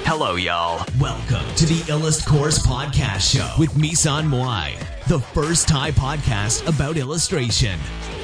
Hello, y'all. Welcome to the Illust Course Podcast Show with Misan Moai, the first Thai podcast about illustration.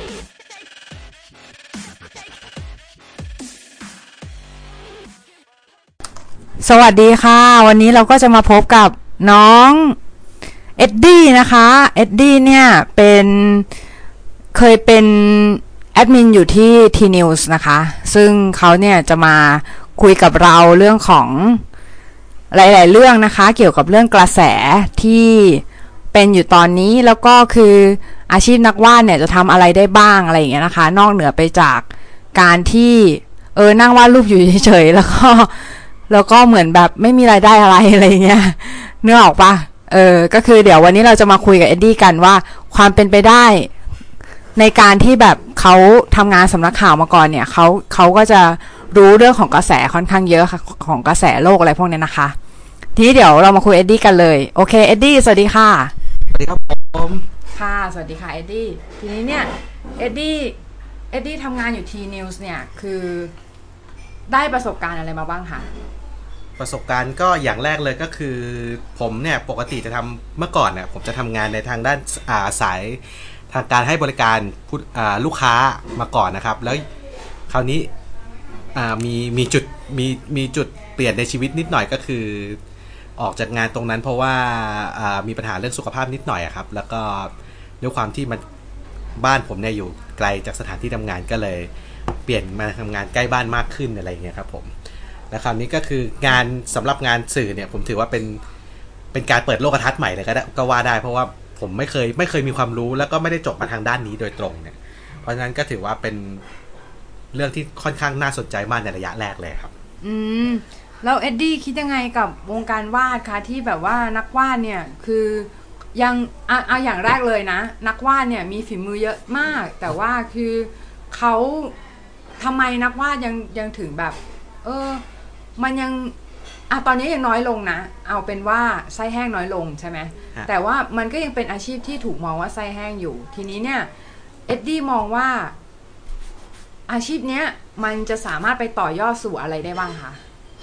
สวัสดีค่ะวันนี้เราก็จะมาพบกับน้องเอ็ดดี้นะคะเอ็ดดี้เนี่ยเคยเป็นแอดมินอยู่ที่ T-News นะคะซึ่งเขาเนี่ยจะมาคุยกับเราเรื่องของหลายๆเรื่องนะคะเกี่ยวกับเรื่องกระแสที่เป็นอยู่ตอนนี้แล้วก็คืออาชีพนักวาดเนี่ยจะทำอะไรได้บ้างอะไรอย่างเงี้ยนะคะนอกเหนือไปจากการที่นั่งวาดรูปอยู่เฉยๆแล้วก็เหมือนแบบไม่มีรายได้อะไรเงี้ยนึกออกปะก็คือเดี๋ยววันนี้เราจะมาคุยกับเอ็ดดี้กันว่าความเป็นไปได้ในการที่แบบเขาทำงานสำนักข่าวมาก่อนเนี่ยเขาก็จะรู้เรื่องของกระแสค่อนข้างเยอะค่ะของกระแสโลกอะไรพวกนี้นะคะทีนี้เดี๋ยวเรามาคุยเอ็ดดี้กันเลยโอเคเอ็ดดี้สวัสดีค่ะสวัสดีครับผมค่ะสวัสดีค่ะเอ็ดดี้ทีนี้เนี่ยเอ็ดดี้ทำงานอยู่ T-News เนี่ยคือได้ประสบการณ์อะไรมาบ้างคะประสบการณ์ก็อย่างแรกเลยก็คือผมเนี่ยปกติจะทำเมื่อก่อนเนี่ยผมจะทำงานในทางด้านสายทางการให้บริการลูกค้ามาก่อนนะครับแล้วคราวนี้มีจุดเปลี่ยนในชีวิตนิดหน่อยก็คือออกจากงานตรงนั้นเพราะว่ามีปัญหาเรื่องสุขภาพนิดหน่อยครับแล้วก็ด้วยความที่มันบ้านผมเนี่ยอยู่ไกลจากสถานที่ทำงานก็เลยเปลี่ยนมาทำงานใกล้บ้านมากขึ้นอะไรเงี้ยครับผมและคราวนี้ก็คืองานสำหรับงานสื่อเนี่ยผมถือว่าเป็นการเปิดโลกทัศน์ใหม่เลยก็ว่าได้เพราะว่าผมไม่เคยมีความรู้แล้วก็ไม่ได้จบมาทางด้านนี้โดยตรงเนี่ยเพราะฉะนั้นก็ถือว่าเป็นเรื่องที่ค่อนข้างน่าสนใจมากในระยะแรกเลยครับแล้วเอ็ดดี้คิดยังไงกับวงการวาดคะที่แบบว่านักวาดเนี่ยคือยังเอาอย่างแรกเลยนะนักวาดเนี่ยมีฝีมือเยอะมากแต่ว่าคือเขาทำไมนักวาดยังถึงแบบมันยังตอนนี้ยังน้อยลงนะเอาเป็นว่าไส้แห้งน้อยลงใช่ไหมแต่ว่ามันก็ยังเป็นอาชีพที่ถูกมองว่าไส้แห้งอยู่ทีนี้เนี่ยเอ็ดดี้มองว่าอาชีพเนี้ยมันจะสามารถไปต่อยอดสู่อะไรได้บ้างคะ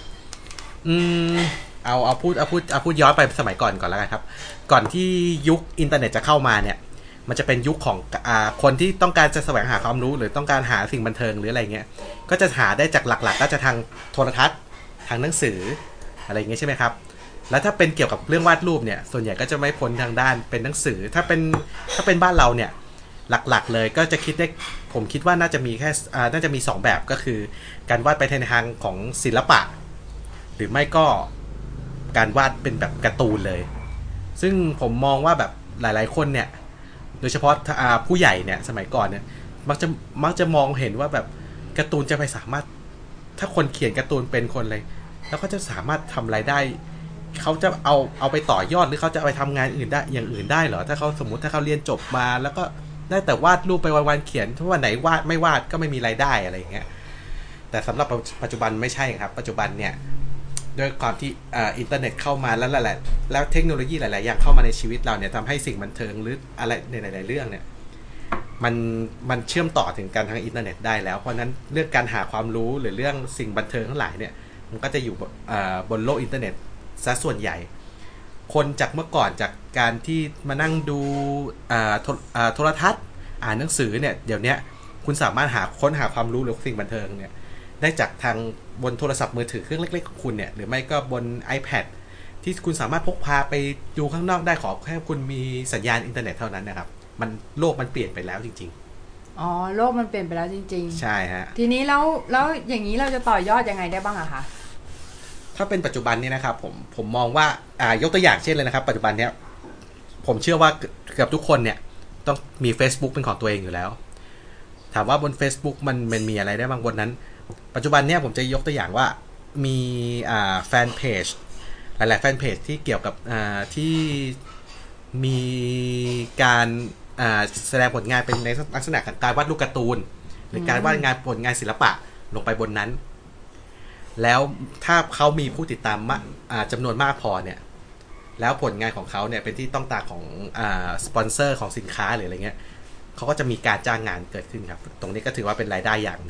เอาพูดย้อนไปสมัยก่อนแล้วกันครับก่อนที่ยุคอินเทอร์เน็ตจะเข้ามาเนี่ยมันจะเป็นยุคของคนที่ต้องการจะแสวงหาความรู้หรือต้องการหาสิ่งบันเทิงหรืออะไรเงี้ยก็จะหาได้จากหลักๆก็จะทางโทรทัศน์ทางหนังสืออะไรเงี้ยใช่ไหมครับแล้วถ้าเป็นเกี่ยวกับเรื่องวาดรูปเนี่ยส่วนใหญ่ก็จะไม่พ้นทางด้านเป็นหนังสือถ้าเป็นบ้านเราเนี่ยหลักๆเลยก็จะผมคิดว่าน่าจะมีน่าจะมี2แบบก็คือการวาดไปในทางของศิลปะหรือไม่ก็การวาดเป็นแบบการ์ตูนเลยซึ่งผมมองว่าแบบหลายๆคนเนี่ยโดยเฉพาะผู้ใหญ่เนี่ยสมัยก่อนเนี่ยมักจะมองเห็นว่าแบบการ์ตูนจะไปสามารถถ้าคนเขียนการ์ตูนเป็นคนเลยแล้วก็จะสามารถทำรายได้เขาจะเอาไปต่อยอดหรือเขาจะไปทำงานอื่นได้อย่างอื่นได้เหรอถ้าเขาสมมุติถ้าเขาเรียนจบมาแล้วก็ได้แต่วาดรูปไปวันๆเขียนถ้าวันไหนวาดไม่วาดก็ไม่มีรายได้อะไรอย่างเงี้ยแต่สำหรับปัจจุบันไม่ใช่ครับปัจจุบันเนี่ยด้วยความที่อินเทอร์เน็ตเข้ามาแล้วเทคโนโลยีหลายๆอย่างเข้ามาในชีวิตเราเนี่ยทำให้สิ่งบันเทิงหรืออะไรในหลายๆเรื่องเนี่ยมันเชื่อมต่อถึงกันทางอินเทอร์เน็ตได้แล้วเพราะนั้นเรื่องการหาความรู้หรือเรื่องสิ่งบันเทิงทั้งหลายเนี่ยมันก็จะอยู่บนโลกอินเทอร์เน็ตซะส่วนใหญ่คนจากเมื่อก่อนจากการที่มานั่งดูโทรทัศน์อ่านหนังสือเนี่ยเดี๋ยวนี้คุณสามารถค้นหาความรู้หรือสิ่งบันเทิงเนี่ยได้จากทางบนโทรศัพท์มือถือเครื่องเล็กๆของคุณเนี่ยหรือไม่ก็บน iPad ที่คุณสามารถพกพาไปดูข้างนอกได้ขอแค่คุณมีสัญญาณอินเทอร์เน็ตเท่านั้นนะครับโลกมันเปลี่ยนไปแล้วจริงๆโลกมันเปลี่ยนไปแล้วจริงๆใช่ฮะทีนี้แล้วอย่างนี้เราจะต่อยอดยังไงได้บ้างอะคะถ้าเป็นปัจจุบันนี้นะครับผมมองว่ายกตัวอย่างเช่นเลยนะครับปัจจุบันเนี้ยผมเชื่อว่าเกือบทุกคนเนี่ยต้องมี Facebook เป็นของตัวเองอยู่แล้วถามว่าบน Facebook มันมีอะไรได้บ้างบนนั้นปัจจุบันเนี่ยผมจะยกตัวอย่างว่ามีแฟนเพจหลายๆแฟนเพจที่เกี่ยวกับที่มีการแสดงผลงานเป็นในลักษณะของการวาดรูปการ์ตูนหรือการวาดผลงานศิลปะลงไปบนนั้นแล้วถ้าเขามีผู้ติดตามจำนวนมากพอเนี่ยแล้วผลงานของเขาเนี่ยเป็นที่ต้องตาของสปอนเซอร์ของสินค้าหรืออะไรเงี้ยเขาก็จะมีการจ้างงานเกิดขึ้นครับตรงนี้ก็ถือว่าเป็นรายได้อย่างหนึ่ง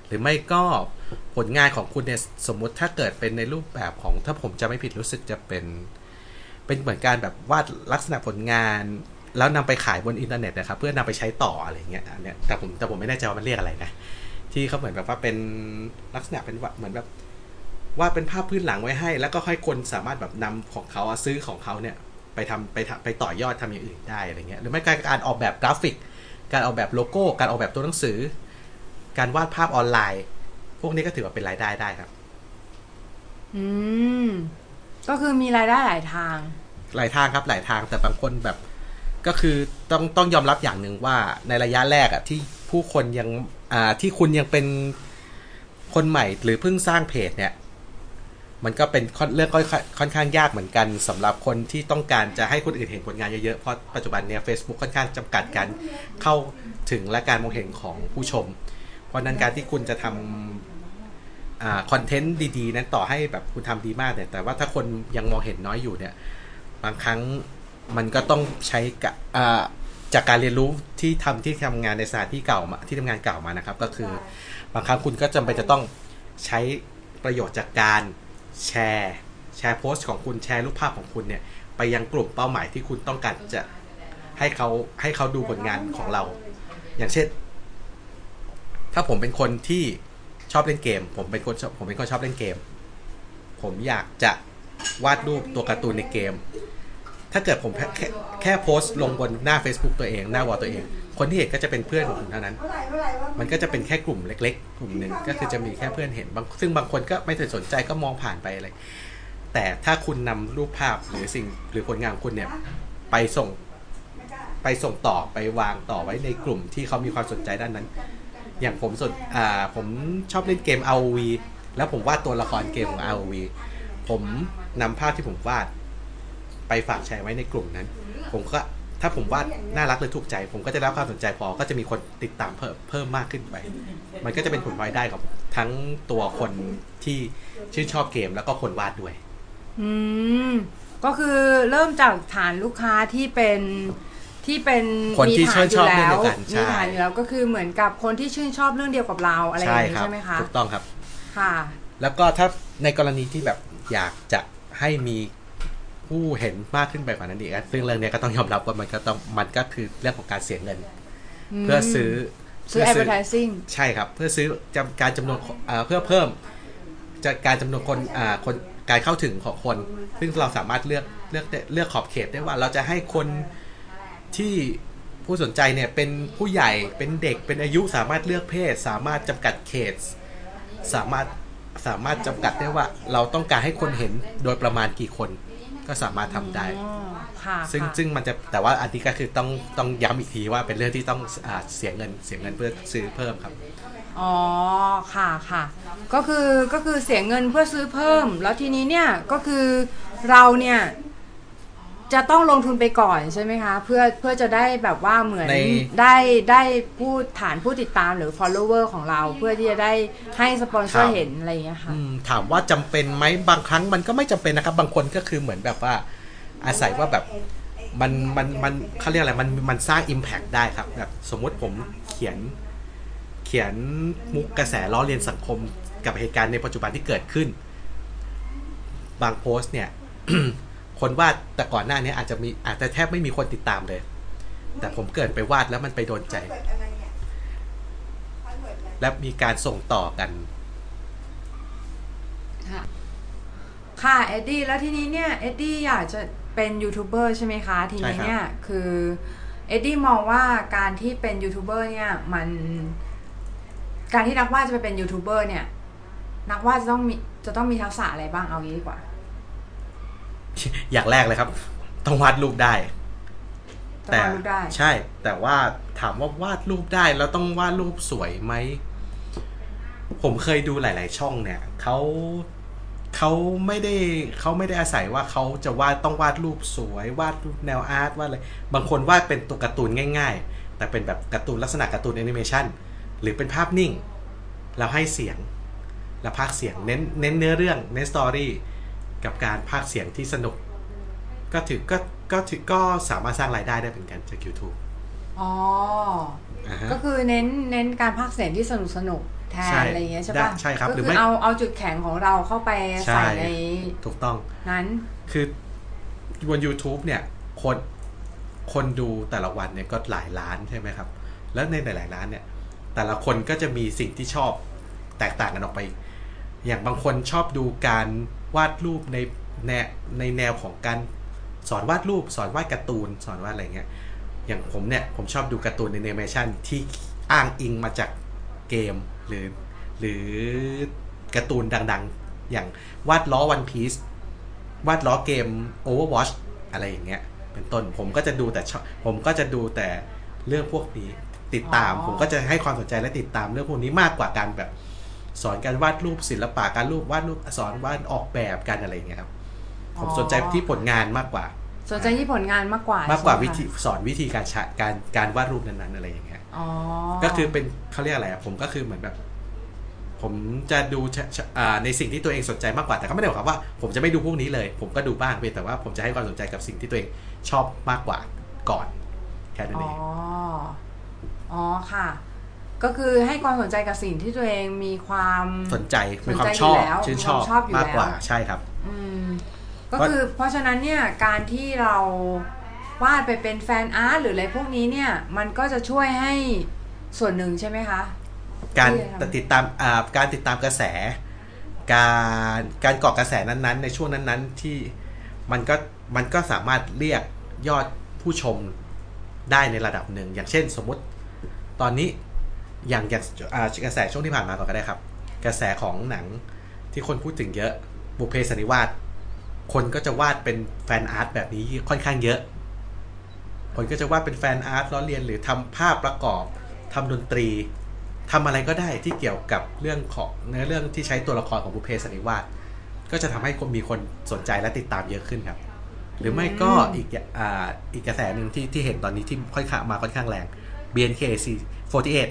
หรือไม่ก็ผลงานของคุณเนี่ยสมมุติถ้าเกิดเป็นในรูปแบบของถ้าผมจะไม่ผิดรู้สึกจะเป็นเหมือนการแบบวาดลักษณะผลงานแล้วนำไปขายบนอินเทอร์เน็ตนะครับเพื่อนำไปใช้ต่ออะไรเงี้ยอันเนี้ยแต่ผมไม่แน่ใจว่ามันเรียกอะไรนะที่เขาเหมือนแบบว่าเป็นลักษณะเป็นเหมือนแบบวาดเป็นภาพพื้นหลังไว้ให้แล้วก็ให้คนสามารถแบบนำของเขาซื้อของเขาเนี่ยไปต่อยอดทำอย่างอื่นได้อะไรเงี้ยหรือไม่การออกแบบกราฟิกการออกแบบโลโก้การออกแบบตัวหนังสือการวาดภาพออนไลน์พวกนี้ก็ถือว่าเป็นรายได้ครับก็คือมีรายได้หลายทางครับหลายทางแต่บางคนแบบก็คือต้องยอมรับอย่างหนึ่งว่าในระยะแรกที่ผู้คนยังที่คุณยังเป็นคนใหม่หรือเพิ่งสร้างเพจเนี่ยมันก็เป็นเรื่องค่อนข้างยากเหมือนกันสำหรับคนที่ต้องการจะให้คนอื่นเห็นผลงานเยอะๆเพราะปัจจุบันเนี่ย Facebook ค่อนข้างจำกัดการเข้าถึงและการมองเห็นของผู้ชมเพราะนั้นการที่คุณจะทำคอนเทนต์ดีๆนั้นต่อให้แบบคุณทำดีมากเนี่ยแต่ว่าถ้าคนยังมองเห็นน้อยอยู่เนี่ยบางครั้งมันก็ต้องใช้จากการเรียนรู้ที่ทำงานในสถานที่เก่ามาที่ทำงานเก่ามานะครับก็คือบางครั้งคุณก็จำเป็นจะต้องใช้ประโยชน์จากการแชร์โพสต์ของคุณแชร์รูปภาพของคุณเนี่ยไปยังกลุ่มเป้าหมายที่คุณต้องการจะให้เขาดูผลงานของเราอย่างเช่นถ้าผมเป็นคนที่ชอบเล่นเกมผมเป็นคนชอบเล่นเกมผมอยากจะวาดรูปตัวการ์ตูนในเกมถ้าเกิดผมแค่โพสต์ลงบนหน้า Facebook ตัวเองหน้าวอลตัวเองคนที่เห็นก็จะเป็นเพื่อนของผมเท่านั้นมันก็จะเป็นแค่กลุ่มเล็กๆกลุ่มนึงก็คือจะมีแค่เพื่อนเห็นซึ่งบางคนก็ไม่สนใจก็มองผ่านไปอะไรแต่ถ้าคุณนำรูปภาพหรือผลงานของคุณเนี่ยไปส่งต่อไปวางต่อไว้ในกลุ่มที่เขามีความสนใจด้านนั้นอย่างผมชอบเล่นเกม ROV แล้วผมวาดตัวละครเกมของ ROV ผมนำภาพที่ผมวาดไปฝากแชร์ไว้ในกลุ่มนั้นผมก็ถ้าผมวาดน่ารักหรือถูกใจผมก็จะได้รับความสนใจพอก็จะมีคนติดตามเพิ่มมากขึ้นไปมันก็จะเป็นผลพลอยได้กับทั้งตัวคนที่ชื่นชอบเกมแล้วก็คนวาดด้วยก็คือเริ่มจากฐานลูกค้าที่เป็นคนที่ชื่นชอบเรื่องเดียวกันมีฐานอยู่แล้วก็คือเหมือนกับคนที่ชื่นชอบเรื่องเดียวกับเราอะไรอย่างนี้ใช่ไหมคะถูกต้องครับค่ะแล้วก็ถ้าในกรณีที่แบบอยากจะให้มีผู้เห็นมากขึ้นไปกว่านั้นอีกซึ่งเรื่องนี้ก็ต้องยอมรับว่ามันก็คือเรื่องของการเสียเงินเพื่อซื้อ advertising ใช่ครับเพื่อซื้อการจำนวนเพื่อเพิ่มการจำนวนคนการเข้าถึงของคนซึ่งเราสามารถเลือกขอบเขตได้ว่าเราจะให้คนที่ผู้สนใจเนี่ยเป็นผู้ใหญ่เป็นเด็กเป็นอายุสามารถเลือกเพศสามารถจำกัดเขตสามารถจำกัดได้ว่าเราต้องการให้คนเห็นโดยประมาณกี่คนก็สามารถทำได้ซึ่งมันจะแต่ว่าอันนี้ก็คือต้องย้ำอีกทีว่าเป็นเรื่องที่ต้องเสียเงินเพื่อซื้อเพิ่มครับอ๋อค่ะก็คือเสียเงินเพื่อซื้อเพิ่มแล้วทีนี้เนี่ยก็คือเราเนี่ยจะต้องลงทุนไปก่อนใช่ไหมคะเพื่อจะได้แบบว่าเหมือนได้ฐานผู้ติดตามหรือ follower ของเราเพื่อที่จะได้ให้สปอนเซอร์เห็นอะไรอย่างเงี้ยค่ะถามว่าจำเป็นไหมบางครั้งมันก็ไม่จำเป็นนะครับบางคนก็คือเหมือนแบบว่าอาศัยว่าแบบมันเขาเรียกอะไรมันสร้าง impact ได้ครับแบบสมมติผมเขียนมุกกระแสล้อเลียนสังคมกับเหตุการณ์ในปัจจุบันที่เกิดขึ้นบางโพสต์เนี่ย คนวาดแต่ก่อนหน้านี้อาจจะแทบไม่มีคนติดตามเลยแต่ผมเกิดไปวาดแล้วมันไปโดนใจและมีการส่งต่อกันค่ะเอ็ดดี้แล้วทีนี้เนี่ยเอ็ดดี้อยากจะเป็นยูทูบเบอร์ใช่ไหมคะทีนี้เนี่ยคือเอ็ดดี้มองว่าการที่เป็นยูทูบเบอร์เนี่ยมันการที่นักวาดจะไปเป็นยูทูบเบอร์เนี่ยนักวาดจะต้องมีทักษะอะไรบ้างเอางี้ดีกว่าอย่างแรกเลยครับต้องวาดรูปได้แต่ใช่แต่ว่าถามว่าวาดรูปได้แล้วต้องวาดรูปสวยไหมผมเคยดูหลายๆช่องเนี่ยเขาไม่ได้อาศัยว่าเขาจะต้องวาดรูปสวยวาดรูปแนวอาร์ตวาดอะไรบางคนวาดเป็นตัวการ์ตูนง่ายๆแต่เป็นแบบการ์ตูนลักษณะการ์ตูนแอนิเมชันหรือเป็นภาพนิ่งแล้วให้เสียงแล้วพากย์เสียงเน้นเนื้อเรื่องเน้นสตอรี่กับการพากย์เสียงที่สนุกก็สามารถสร้างรายได้ได้เหมือนกันจาก YouTube อ๋อก็คือเน้นการพากย์เสียงที่สนุกแทนอะไรอย่างเงี้ยใช่ป่ะใช่ครับก็คือเอาจุดแข็งของเราเข้าไปใส่ในถูกต้องนั้นคือบน YouTube เนี่ยคนดูแต่ละวันเนี่ยก็หลายล้านใช่ไหมครับแล้วในหลายล้านเนี่ยแต่ละคนก็จะมีสิ่งที่ชอบแตกต่างกันออกไปอย่างบางคนชอบดูการวาดรูปในแนวของการสอนวาดรูปสอนวาดการ์ตูนสอนวาดอะไรเงี้ยอย่างผมเนี่ยผมชอบดูการ์ตูนแอนิเมชันที่อ้างอิงมาจากเกมหรือการ์ตูนดังๆอย่างวาดล้อ One Piece วาดล้อเกม Overwatch อะไรอย่างเงี้ยเป็นต้นผมก็จะดูแต่เรื่องพวกนี้ติดตามผมก็จะให้ความสนใจและติดตามเรื่องพวกนี้มากกว่าการแบบสอนการวาดรูปศิลปะการวาดรูปสอนวาดออกแบบกันอะไรอย่างเงี้ยครับผมสนใจที่ผลงานมากกว่าสนใจที่ผลงานมากกว่าวิธีสอนวิธีการวาดรูปนั้นๆอะไรอย่างเงี้ยก็คือเป็นเขาเรียกอะไรผมก็คือเหมือนแบบผมจะดูในสิ่งที่ตัวเองสนใจมากกว่าแต่ก็ไม่ได้หมายความว่าผมจะไม่ดูพวกนี้เลยผมก็ดูบ้างเพียงแต่ว่าผมจะให้ความสนใจกับสิ่งที่ตัวเองชอบมากกว่าก่อนแค่นั้นเองอ๋อค่ะก็คือให้ความสนใจกับสิ่งที่ตัวเองมีความสนใจมีความชอบชื่นชอบมากกว่าใช่ครับก็คือเพราะฉะนั้นเนี่ยการที่เราวาดไปเป็นแฟนอาร์ตหรืออะไรพวกนี้เนี่ยมันก็จะช่วยให้ส่วนหนึ่งใช่ไหมคะการติดตามกระแสการเกาะกระแสนั้นๆในช่วงนั้นๆที่มันก็สามารถเรียกยอดผู้ชมได้ในระดับหนึ่งอย่างเช่นสมมติตอนนี้อย่างกระแสช่วงที่ผ่านมาก่อนก็ได้ครับกระแสของหนังที่คนพูดถึงเยอะบุพเพสันนิวาสคนก็จะวาดเป็นแฟนอาร์ตแบบนี้ค่อนข้างเยอะคนก็จะวาดเป็นแฟนอาร์ตล้อเลียนหรือทำภาพประกอบทำดนตรีทำอะไรก็ได้ที่เกี่ยวกับเรื่องของเนื้อเรื่องที่ใช้ตัวละครของบุพเพสันนิวาสก็จะทำให้มีคนสนใจและติดตามเยอะขึ้นครับหรือไม่ก็อีกกระแสหนึ่งที่เห็นตอนนี้ที่ค่อนข้างแรง BNK48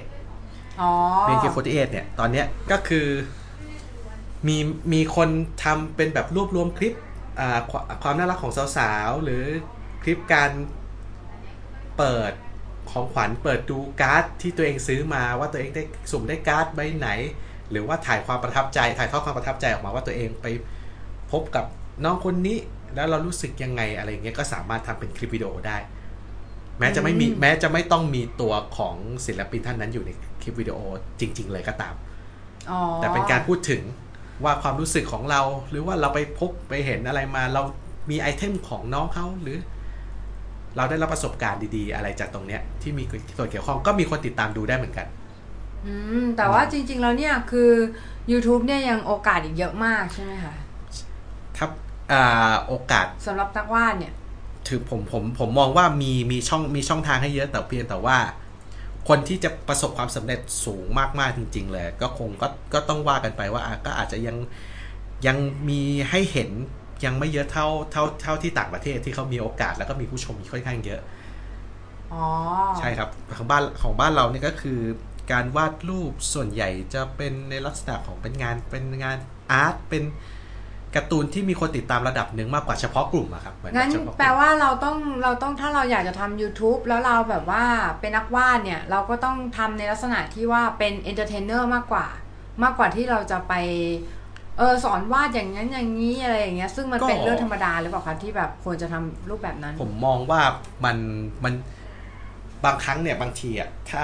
BNK48 เนี่ยตอนนี้ก็คือมีคนทำเป็นแบบรวบรวมคลิปความน่ารักของสาวๆหรือคลิปการเปิดของขวัญเปิดดูการ์ดที่ตัวเองซื้อมาว่าตัวเองได้สุ่มได้การ์ดใบไหนหรือว่าถ่ายทอดความประทับใจออกมาว่าตัวเองไปพบกับน้องคนนี้แล้วเรารู้สึกยังไงอะไรเงี้ยก็สามารถทำเป็นคลิปวิดีโอได้แม้จะไม่ต้องมีตัวของศิลปินท่านนั้นอยู่ในคลิปวิดีโอจริงๆเลยก็ตามแต่เป็นการพูดถึงว่าความรู้สึกของเราหรือว่าเราไปพบไปเห็นอะไรมาเรามีไอเทมของน้องเขาหรือเราได้รับประสบการณ์ดีๆอะไรจากตรงเนี้ยที่มีส่วนเกี่ยวข้องก็มีคนติดตามดูได้เหมือนกันแต่ว่าจริงๆแล้วเนี่ยคือ YouTube เนี่ยยังโอกาสอีกเยอะมากใช่ไหมคะครับโอกาสสำหรับนักวาดเนี่ยถือผมมองว่ามีช่องทางให้เยอะแต่เพียงแต่ว่าคนที่จะประสบความสำเร็จสูงมากๆจริงๆเลยก็ต้องว่ากันไปว่าก็อาจจะยังมีให้เห็นยังไม่เยอะเท่าที่ต่างประเทศที่เขามีโอกาสแล้วก็มีผู้ชมค่อนข้างเยอะใช่ครับของบ้านเราเนี่ยก็คือการวาดรูปส่วนใหญ่จะเป็นในลักษณะของเป็นงานอาร์ตเป็นการ์ตูนที่มีคนติดตามระดับหนึ่งมากกว่าเฉพาะกลุ่มอะครับงั้นแปลว่าเราต้องถ้าเราอยากจะทำ YouTube แล้วเราแบบว่าเป็นนักวาดเนี่ยเราก็ต้องทำในลักษณะที่ว่าเป็นเอนเตอร์เทนเนอร์มากกว่าที่เราจะไปสอนวาดอย่างนั้นอย่างนี้อะไรอย่างเงี้ยซึ่งมันเป็นเรื่องธรรมดาหรือเปล่าคะที่แบบควรจะทำรูปแบบนั้นผมมองว่ามันบางครั้งเนี่ยบางทีอะถ้า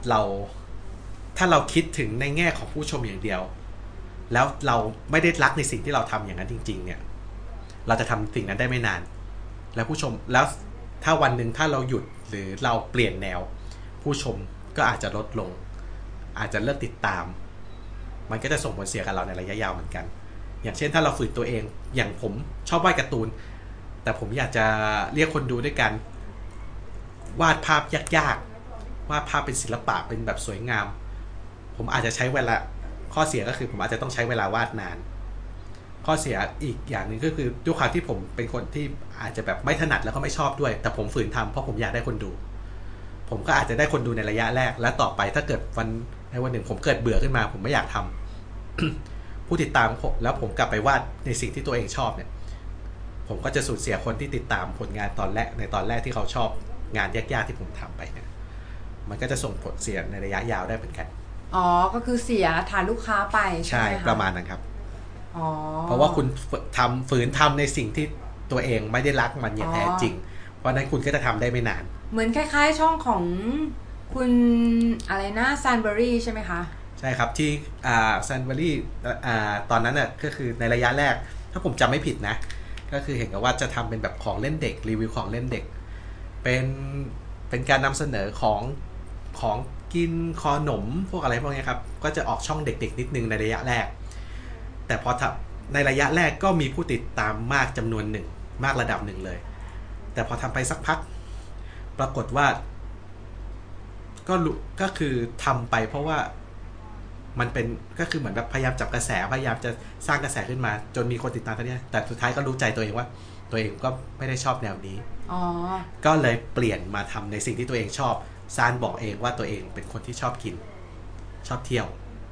เราคิดถึงในแง่ของผู้ชมอย่างเดียวแล้วเราไม่ได้รักในสิ่งที่เราทำอย่างนั้นจริงๆเนี่ยเราจะทำสิ่งนั้นได้ไม่นานแล้วผู้ชมแล้วถ้าวันหนึ่งถ้าเราหยุดหรือเราเปลี่ยนแนวผู้ชมก็อาจจะลดลงอาจจะเลิกติดตามมันก็จะส่งผลเสียกับเราในระยะยาวเหมือนกันอย่างเช่นถ้าเราฝืนตัวเองอย่างผมชอบวาดการ์ตูนแต่ผมอยากจะเรียกคนดูด้วยกันวาดภาพยากๆวาดภาพเป็นศิลปะเป็นแบบสวยงามผมอาจจะใช้เวลาข้อเสียก็คือผมอาจจะต้องใช้เวลาวาดนานข้อเสียอีกอย่างนึงก็คือด้วยความที่ผมเป็นคนที่อาจจะแบบไม่ถนัดแล้วก็ไม่ชอบด้วยแต่ผมฝืนทำเพราะผมอยากได้คนดูผมก็อาจจะได้คนดูในระยะแรกและต่อไปถ้าเกิดในวันหนึ่งผมเกิดเบื่อขึ้นมาผมไม่อยากทำ ผู้ติดตามแล้วผมกลับไปวาดในสิ่งที่ตัวเองชอบเนี่ยผมก็จะสูญเสียคนที่ติดตามผลงานตอนแรกที่เขาชอบงานยากๆที่ผมทำไปเนี่ยมันก็จะส่งผลเสียในระยะยาวได้เหมือนกันอ๋อก็คือเสียฐานลูกค้าไปใช่ไหมคะประมาณนั้นครับเพราะว่าคุณฝืนทำในสิ่งที่ตัวเองไม่ได้รักมันอย่างแท้จริงเพราะนั้นคุณก็จะทำได้ไม่นานเหมือนคล้ายๆช่องของคุณอะไรนะซันเบอรี่ใช่ไหมคะใช่ครับที่ซันเบอรี่ตอนนั้นน่ะก็คือในระยะแรกถ้าผมจำไม่ผิดนะก็คือเห็นกับว่าจะทำเป็นแบบของเล่นเด็กรีวิวของเล่นเด็กเป็นการนำเสนอของกินขนมพวกอะไรพวกนี้ครับก็จะออกช่องเด็กๆนิดนึงในระยะแรกแต่พอในระยะแรกก็มีผู้ติดตามมากจำนวนหนึ่งมากระดับหนึ่งเลยแต่พอทำไปสักพักปรากฏว่าก็คือทำไปเพราะว่ามันเป็นก็คือเหมือนแบบพยายามจับกระแสพยายามจะสร้างกระแสขึ้นมาจนมีคนติดตามเท่านี้แต่สุดท้ายก็รู้ใจตัวเองว่าตัวเองก็ไม่ได้ชอบแนวนี้ก็เลยเปลี่ยนมาทำในสิ่งที่ตัวเองชอบซานบอกเองว่าตัวเองเป็นคนที่ชอบกินชอบเที่ยว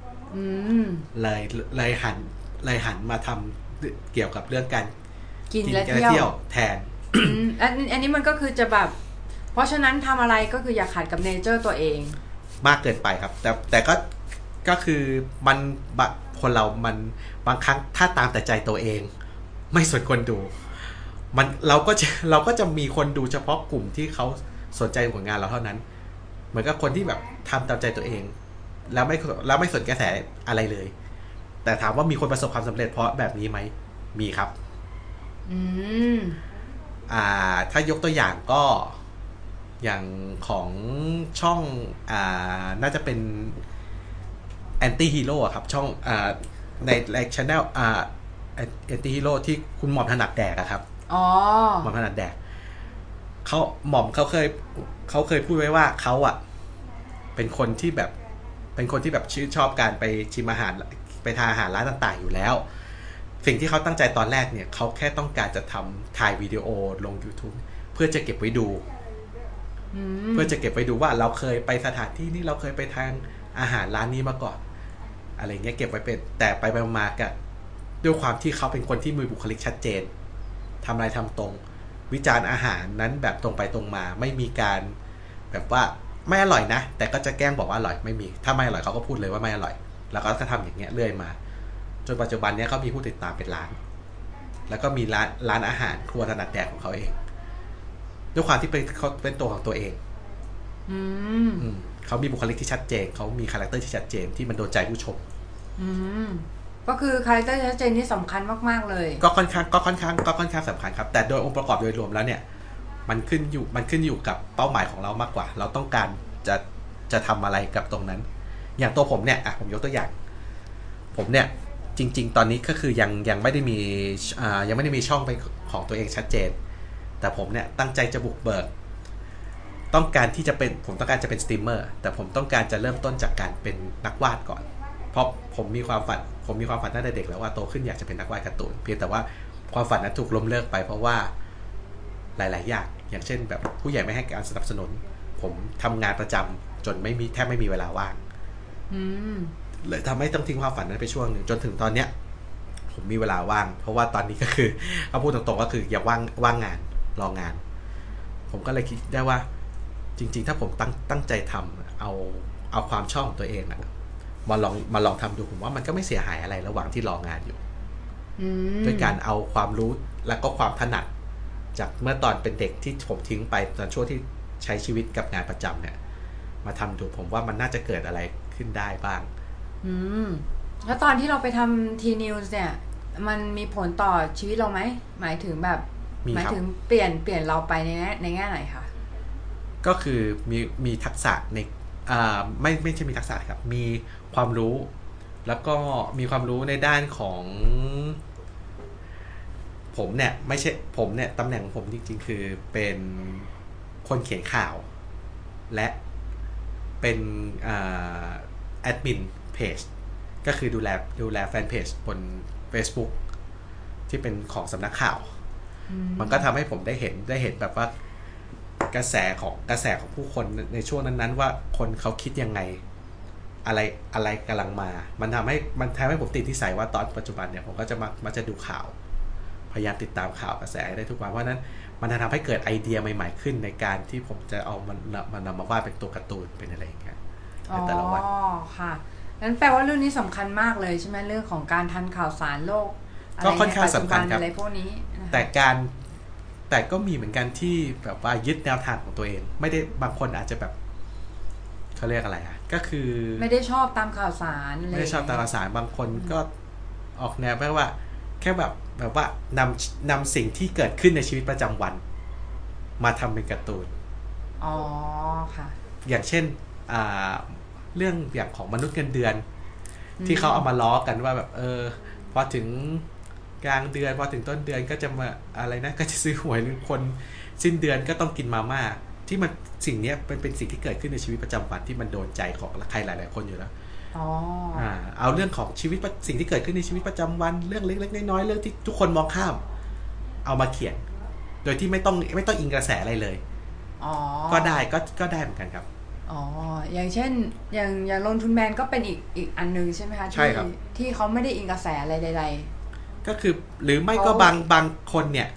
เลยหันมาทำเกี่ยวกับเรื่องการกินและเที่ยวแทนอันนี้มันก็คือจะแบบเพราะฉะนั้นทำอะไรก็คืออย่าขัดกับเนเจอร์ตัวเองมากเกินไปครับแต่ก็คือมันคนเรามันบางครั้งถ้าตามแต่ใจตัวเองไม่สนคนดูเราก็จะมีคนดูเฉพาะกลุ่มที่เขาสนใจผลงานเราเท่านั้นเหมือนกับคนที่แบบทำตามใจตัวเองแล้วไม่สนกระแสอะไรเลยแต่ถามว่ามีคนประสบความสำเร็จเพราะแบบนี้ไหมมีครับถ้ายกตัวอย่างก็อย่างของช่องน่าจะเป็นแอนตี้ฮีโร่ครับช่องในchannelแอนตี้ฮีโร่ที่คุณหม่อมถนัดแดกครับหม่อมถนัดแดกเขาเคยพูดไว้ว่าเขาเป็นคนที่แบบชื่นชอบการไปชิมอาหารไปทานอาหารร้านต่างๆอยู่แล้วสิ่งที่เขาตั้งใจตอนแรกเนี่ยเขาแค่ต้องการจะถ่ายวิดีโอลง YouTube เพื่อจะเก็บไว้ดูว่าเราเคยไปสถานที่นี้เราเคยไปทานอาหารร้านนี้มาก่อนอะไรเงี้ยเก็บไว้เป็นแต่ไปมาๆกับด้วยความที่เขาเป็นคนที่มีบุคลิกชัดเจนทำอะไรทำตรงวิจารณ์อาหารนั้นแบบตรงไปตรงมาไม่มีการแบบว่าไม่อร่อยนะแต่ก็จะแกล้งบอกว่าอร่อยไม่มีถ้าไม่อร่อยเขาก็พูดเลยว่าไม่อร่อยแล้วก็ทำอย่างเงี้ยเรื่อยมาจนปัจจุบันนี้เขามีผู้ติดตามเป็นล้านแล้วก็มีร้านอาหารครัวถนัดแดกของเขาเองด้วยความที่เขาเป็นตัวของตัวเองเขามีบุคลิกที่ชัดเจนเขามีคาแรคเตอร์ที่ชัดเจนที่มันโดนใจผู้ชมก็คือคาแรคเตอร์ชัดเจนนี่สำคัญมากๆเลยก็ค่อนข้างสำคัญครับแต่โดยองค์ประกอบโดยรวมแล้วเนี่ยมันขึ้นอยู่กับเป้าหมายของเรามากกว่าเราต้องการจะทำอะไรกับตรงนั้นอย่างตัวผมเนี่ยผมยกตัวอย่างผมเนี่ยจริงๆตอนนี้ก็คือยังไม่ได้มีช่องเป็นของตัวเองชัดเจนแต่ผมเนี่ยตั้งใจจะบุกเบิกผมต้องการจะเป็นสตรีมเมอร์แต่ผมต้องการจะเริ่มต้นจากการเป็นนักวาดก่อนเพราะผมมีความฝันตั้งแต่เด็กแล้วว่าโตขึ้นอยากจะเป็นนักวาดการ์ตูนเพียงแต่ว่าความฝันนั้นถูกล้มเลิกไปเพราะว่าหลายๆอย่างเช่นแบบผู้ใหญ่ไม่ให้การสนับสนุนผมทำงานประจำจนแทบไม่มีเวลาว่างเลยทำให้ต้องทิ้งความฝันนั้นไปช่วงหนึ่งจนถึงตอนเนี้ยผมมีเวลาว่างเพราะว่าตอนนี้ก็คือเอาพูดตรงๆก็คืออย่าว่างงานรองานผมก็เลยคิดได้ว่าจริงๆถ้าผมตั้งใจทำเอาความชอบของตัวเองมาลองทำดูผมว่ามันก็ไม่เสียหายอะไรระหว่างที่รองานอยู่ด้วยการเอาความรู้และก็ความถนัดจากเมื่อตอนเป็นเด็กที่ผมทิ้งไปตอนช่วงที่ใช้ชีวิตกับงานประจำเนี่ยมาทำดูผมว่ามันน่าจะเกิดอะไรขึ้นได้บ้างแล้วตอนที่เราไปทำทีนิวส์เนี่ยมันมีผลต่อชีวิตเราไหมหมายถึงแบบหมายถึงเปลี่ยนเราไปในแง่ไหนคะก็คือมีทักษะในไม่ใช่มีทักษะครับมีความรู้แล้วก็มีความรู้ในด้านของผมเนี่ยไม่ใช่ผมเนี่ยตำแหน่งของผมจริงๆคือเป็นคนเขียนข่าวและเป็นแอดมินเพจก็คือดูแลแฟนเพจบน Facebook ที่เป็นของสำนักข่าวมันก็ทำให้ผมได้เห็นแบบว่ากระแสของผู้คนในช่วงนั้นๆว่าคนเขาคิดยังไงอะไรกำลังมามันทำให้ผมติดนิสัยว่าตอนปัจจุบันเนี่ยผมก็จะมาจะดูข่าวพยายามติดตามข่าวกระแสได้ทุกวันเพราะนั้นมันจะทำให้เกิดไอเดียใหม่ๆขึ้นในการที่ผมจะเอามันนำมาวาดเป็นตัวการ์ตูนเป็นอะไรอย่างเงี้ยในแต่ละวันอ๋อค่ะงั้นแปลว่าเรื่องนี้สำคัญมากเลยใช่ไหมเรื่องของการทันข่าวสารโลกก็ค่อนข้างสำคัญครับอะไรพวกนี้แต่ก็มีเหมือนกันที่แบบว่ายึดแนวทางของตัวเองไม่ได้บางคนอาจจะแบบเขาเรียกอะไรก็คือไม่ได้ชอบตามข่าวสารไม่ได้ชอบตามข่าวสารบางคนก็ออกแนวแบบว่าแค่แบบว่านำสิ่งที่เกิดขึ้นในชีวิตประจำวันมาทำเป็นการ์ตูนอ๋อค่ะอย่างเช่นเรื่องอย่างของมนุษย์เงินเดือนที่เขาเอามาล้อกันว่าแบบพอถึงกลางเดือนพอถึงต้นเดือนก็จะมาอะไรนะก็จะซื้อหวยหรือคนสิ้นเดือนก็ต้องกินมาม่าที่มันสิ่งนี้เป็นสิ่งที่เกิดขึ้นในชีวิตประจำวันที่มันโดนใจของใครหลายๆคนอยู่แล้วเอาเรื่องของชีวิตสิ่งที่เกิดขึ้นในชีวิตประจำวันเรื่องเล็กๆน้อยๆเรื่องที่ทุกคนมองข้ามเอามาเขียนโดยที่ไม่ต้องอิงกระแสอะไรเลยก็ได้ก็ได้เหมือนกันครับอ๋ออย่างเช่นอย่างลงทุนแมนก็เป็นอีกอันนึงใช่ไหมคะใช่ครับที่เขาไม่ได้อิงกระแสอะไรใดๆก็คือหรือไม่ก็บางคนเนี่ย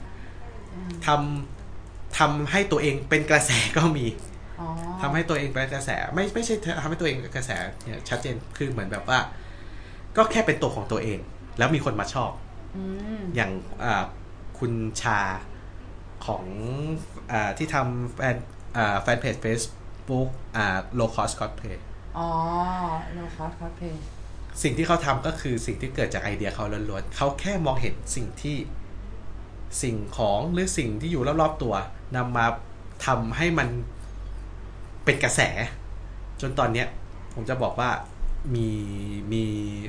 ทำให้ตัวเองเป็นกระแสก็มีทำให้ตัวเองเป็นกระแสไม่ใช่ทำให้ตัวเองเป็นกระแสเนี่ยชัดเจนคือเหมือนแบบว่าก็แค่เป็นตัวของตัวเองแล้วมีคนมาชอบอย่างคุณชาของที่ทำแฟนเพจ Facebook low cost cosplay low cost cosplay สิ่งที่เขาทำก็คือสิ่งที่เกิดจากไอเดียเขาล้วนๆเขาแค่มองเห็นสิ่งของหรือสิ่งที่อยู่รอบๆตัวนำมาทำให้มันเป็นกระแสจนตอนนี้ผมจะบอกว่ามี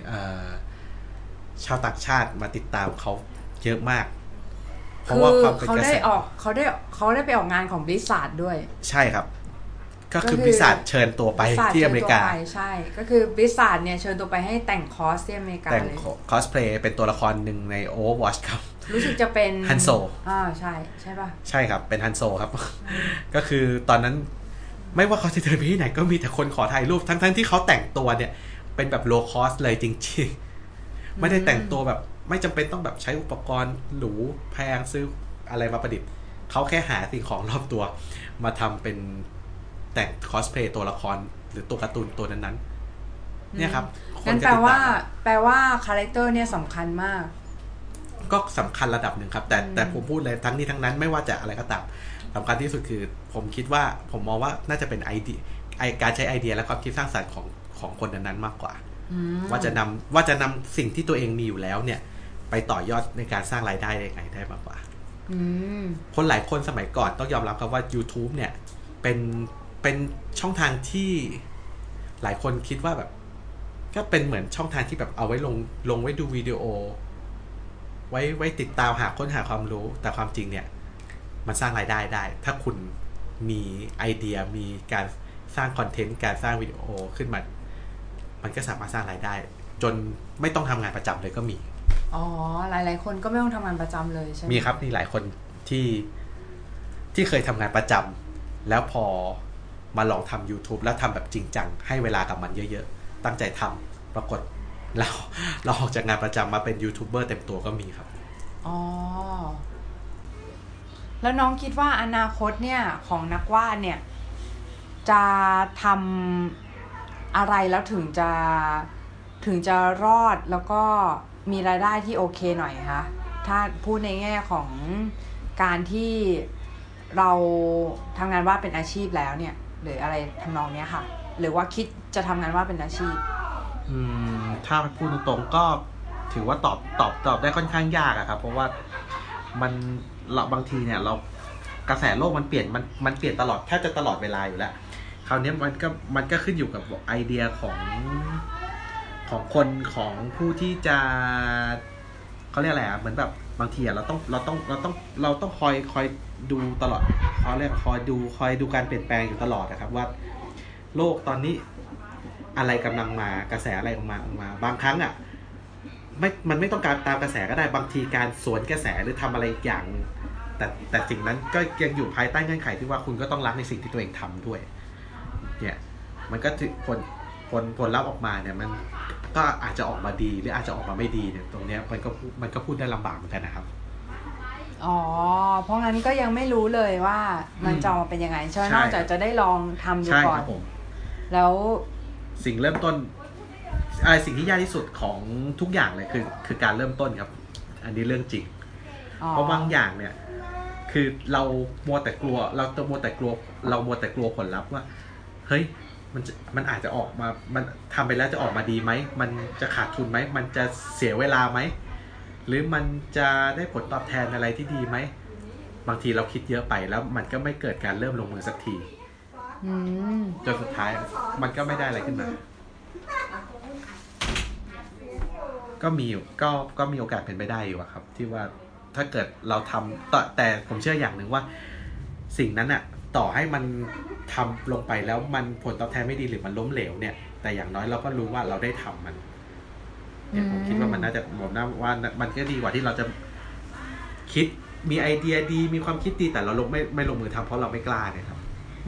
ชาวต่างชาติมาติดตามเขาเยอะมากเพราะว่าความเป็นกระแสเขาได้ไปออกงานของบริษัทด้วยใช่ครับก็คือบริษัทเชิญตัวไปที่อเมริกาใช่ก็คือบริษัทเนี่ยเชิญตัวไปให้แต่งคอสที่อเมริกาเลยแต่งคอสเพลย์เป็นตัวละครหนึ่งใน Overwatch ครับรู้สึกจะเป็นฮันโซใช่ป่ะใช่ครับเป็นฮันโซครับก็คือตอนนั้นไม่ว่าเขาจะเดินไปที่ไหนก็มีแต่คนขอถ่ายรูปทั้งที่เขาแต่งตัวเนี่ยเป็นแบบโลคอสเลยจริงๆไม่ได้แต่งตัวแบบไม่จำเป็นต้องแบบใช้อุปกรณ์หรูแพงซื้ออะไรมาประดิษฐ์เขาแค่หาสิ่งของรอบตัวมาทำเป็นแต่งคอสเพลย์ตัวละครหรือตัวการ์ตูนตัวนั้นๆเนี่ยครับงั้นแปลว่าคาแรคเตอร์เนี่ยสำคัญมากก็สำคัญระดับหนึ่งครับแต่ผมพูดเลยทั้งนี้ทั้งนั้นไม่ว่าจะอะไรก็ตามสำคัญที่สุดคือผมคิดว่าผมมองว่าน่าจะเป็นไอเดียการใช้ไอเดียและความคิดสร้างสรรค์ของคนนั้นๆมากกว่าว่าจะนำสิ่งที่ตัวเองมีอยู่แล้วเนี่ยไปต่อยอดในการสร้างรายได้ได้ไงได้มากกว่าคนหลายคนสมัยก่อนต้องยอมรับครับว่า YouTube เนี่ยเป็นช่องทางที่หลายคนคิดว่าแบบก็เป็นเหมือนช่องทางที่แบบเอาไว้ลงไว้ดูวิดีโอไว้ติดตามค้นหาความรู้แต่ความจริงเนี่ยมันสร้างรายได้ได้ถ้าคุณมีไอเดียมีการสร้างคอนเทนต์การสร้างวิดีโอขึ้นมามันก็สามารถสร้างรายได้จนไม่ต้องทำงานประจำเลยก็มีหลายๆคนก็ไม่ต้องทำงานประจำเลยใช่ไหมมีครับมีหลายคนที่เคยทำงานประจำแล้วพอมาลองทำ YouTube แล้วทำแบบจริงจังให้เวลากับมันเยอะๆตั้งใจทำปรากฏเราออกจากงานประจำมาเป็นยูทูบเบอร์เต็มตัวก็มีครับแล้วน้องคิดว่าอนาคตเนี่ยของนักวาดเนี่ยจะทำอะไรแล้วถึงจะรอดแล้วก็มีรายได้ที่โอเคหน่อยคะถ้าพูดในแง่ของการที่เราทำงานวาดเป็นอาชีพแล้วเนี่ยหรืออะไรทำนองเนี้ยค่ะหรือว่าคิดจะทำงานวาดเป็นอาชีพถ้าพูดตรงๆก็ถือว่าตอบได้ค่อนข้างยากอะครับเพราะว่าเราบางทีเนี่ยเรากระแสโลกมันเปลี่ยนตลอดแทบจะตลอดเวลาอยู่แล้วคราวนี้มันก็ขึ้นอยู่กับไอเดียของคนของผู้ที่จะเขาเรียกอะไรเหมือนแบบบางทีเราต้องคอยดูตลอดเขาเรียกคอยดูการเปลี่ยนแปลงอยู่ตลอดนะครับว่าโลกตอนนี้อะไรกำลังมากระแสอะไรออกมาบางครั้งมันไม่ต้องการตามกระแสก็ได้บางทีการสวนกระแสหรือทำอะไรอย่างแต่สิ่งนั้นก็ยังอยู่ภายใต้เงื่อนไขที่ว่าคุณก็ต้องรักในสิ่งที่ตัวเองทำด้วยเนี่ยมันก็ถึงผลลัพธ์ออกมาเนี่ยมันก็อาจจะออกมาดีหรืออาจจะออกมาไม่ดีเนี่ยตรงเนี้ยมันก็พูดได้ลำบากเหมือนกันนะครับเพราะงั้นก็ยังไม่รู้เลยว่ามันจะออกมาเป็นยังไงใช่ไหมนอกจากจะได้ลองทำดูก่อนแล้วสิ่งเริ่มต้นสิ่งที่ยากที่สุดของทุกอย่างเลยคือการเริ่มต้นครับอันนี้เรื่องจริงเพราะบางอย่างเนี่ยคือเรามัวแต่กลัวผลลัพธ์ว่าเฮ้ยมันอาจจะออกมามันทำไปแล้วจะออกมาดีไหมมันจะขาดทุนไหมมันจะเสียเวลาไหมหรือมันจะได้ผลตอบแทนอะไรที่ดีไหมบางทีเราคิดเยอะไปแล้วมันก็ไม่เกิดการเริ่มลงมือสักทีจนสุดท้ายมันก็ไม่ได้อะไรขึ้นมาก็มีโอกาสเป็นไปได้อยู่ครับที่ว่าถ้าเกิดเราทำแต่ผมเชื่ออย่างหนึ่งว่าสิ่งนั้นอะต่อให้มันทำลงไปแล้วมันผลตอบแทนไม่ดีหรือมันล้มเหลวเนี่ยแต่อย่างน้อยเราก็รู้ว่าเราได้ทำมันเนี่ยผมคิดว่ามันน่าจะว่ามันก็ดีกว่าที่เราจะคิดมีไอเดียดีมีความคิดดีแต่เราไม่ลงมือทำเพราะเราไม่กล้าเนี่ยครับ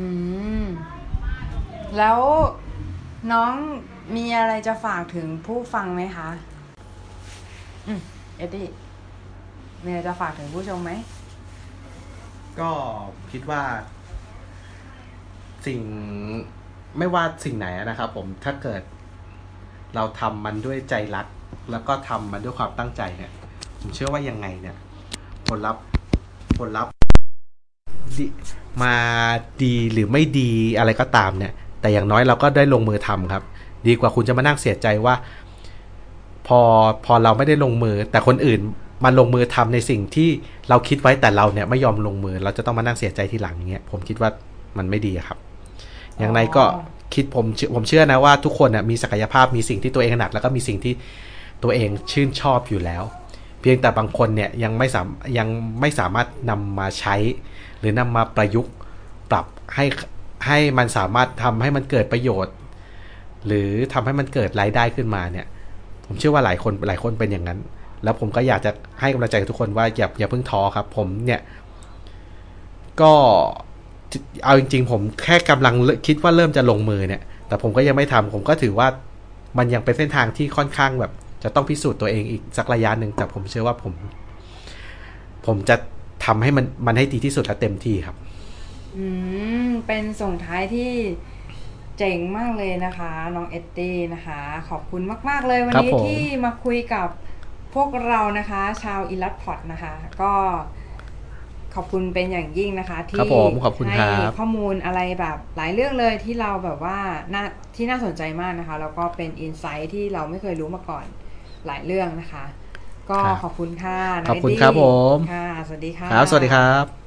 แล้วน้องมีอะไรจะฝากถึงผู้ฟังไหมคะเอ็ดดี้มีอะไรจะฝากถึงผู้ชมไหมก็คิดว่าไม่ว่าสิ่งไหนนะครับผมถ้าเกิดเราทำมันด้วยใจรักแล้วก็ทำมันด้วยความตั้งใจเนี่ยผมเชื่อว่ายังไงเนี่ยผลลัพธ์มาดีหรือไม่ดีอะไรก็ตามเนี่ยแต่อย่างน้อยเราก็ได้ลงมือทำครับดีกว่าคุณจะมานั่งเสียใจว่าพอเราไม่ได้ลงมือแต่คนอื่นมาลงมือทำในสิ่งที่เราคิดไว้แต่เราเนี่ยไม่ยอมลงมือเราจะต้องมานั่งเสียใจทีหลังเงี้ยผมคิดว่ามันไม่ดีครับอย่างไรก็ผมเชื่อนะว่าทุกคนนะมีศักยภาพมีสิ่งที่ตัวเองถนัดแล้วก็มีสิ่งที่ตัวเองชื่นชอบอยู่แล้วเพียงแต่บางคนเนี่ยยังไม่สามารถนำมาใช้หรือนำมาประยุกต์ปรับให้มันสามารถทำให้มันเกิดประโยชน์หรือทำให้มันเกิดรายได้ขึ้นมาเนี่ยผมเชื่อว่าหลายคนเป็นอย่างนั้นแล้วผมก็อยากจะให้กำลังใจกับทุกคนว่าอย่าเพิ่งท้อครับผมเนี่ยก็เอาจริงๆผมแค่กำลังคิดว่าเริ่มจะลงมือเนี่ยแต่ผมก็ยังไม่ทำผมก็ถือว่ามันยังเป็นเส้นทางที่ค่อนข้างแบบจะต้องพิสูจน์ตัวเองอีกสักระยะหนึ่งแต่ผมเชื่อว่าผมจะทำให้มันให้ดีที่สุดและเต็มที่ครับเป็นส่งท้ายที่เจ๋งมากเลยนะคะน้องเอ็ดดี้นะคะขอบคุณมากๆเลยวันนี้ที่มาคุยกับพวกเรานะคะชาวอิลัดพอดนะคะก็ขอบคุณเป็นอย่างยิ่งนะคะที่ให้ข้อมูลอะไรแบบหลายเรื่องเลยที่เราแบบว่าที่น่าสนใจมากนะคะแล้วก็เป็นอินไซต์ที่เราไม่เคยรู้มาก่อนหลายเรื่องนะคะก็ขอบคุณค่ะขอบคุณครับผมค่ะสวัสดีค่ะครับสวัสดีครับ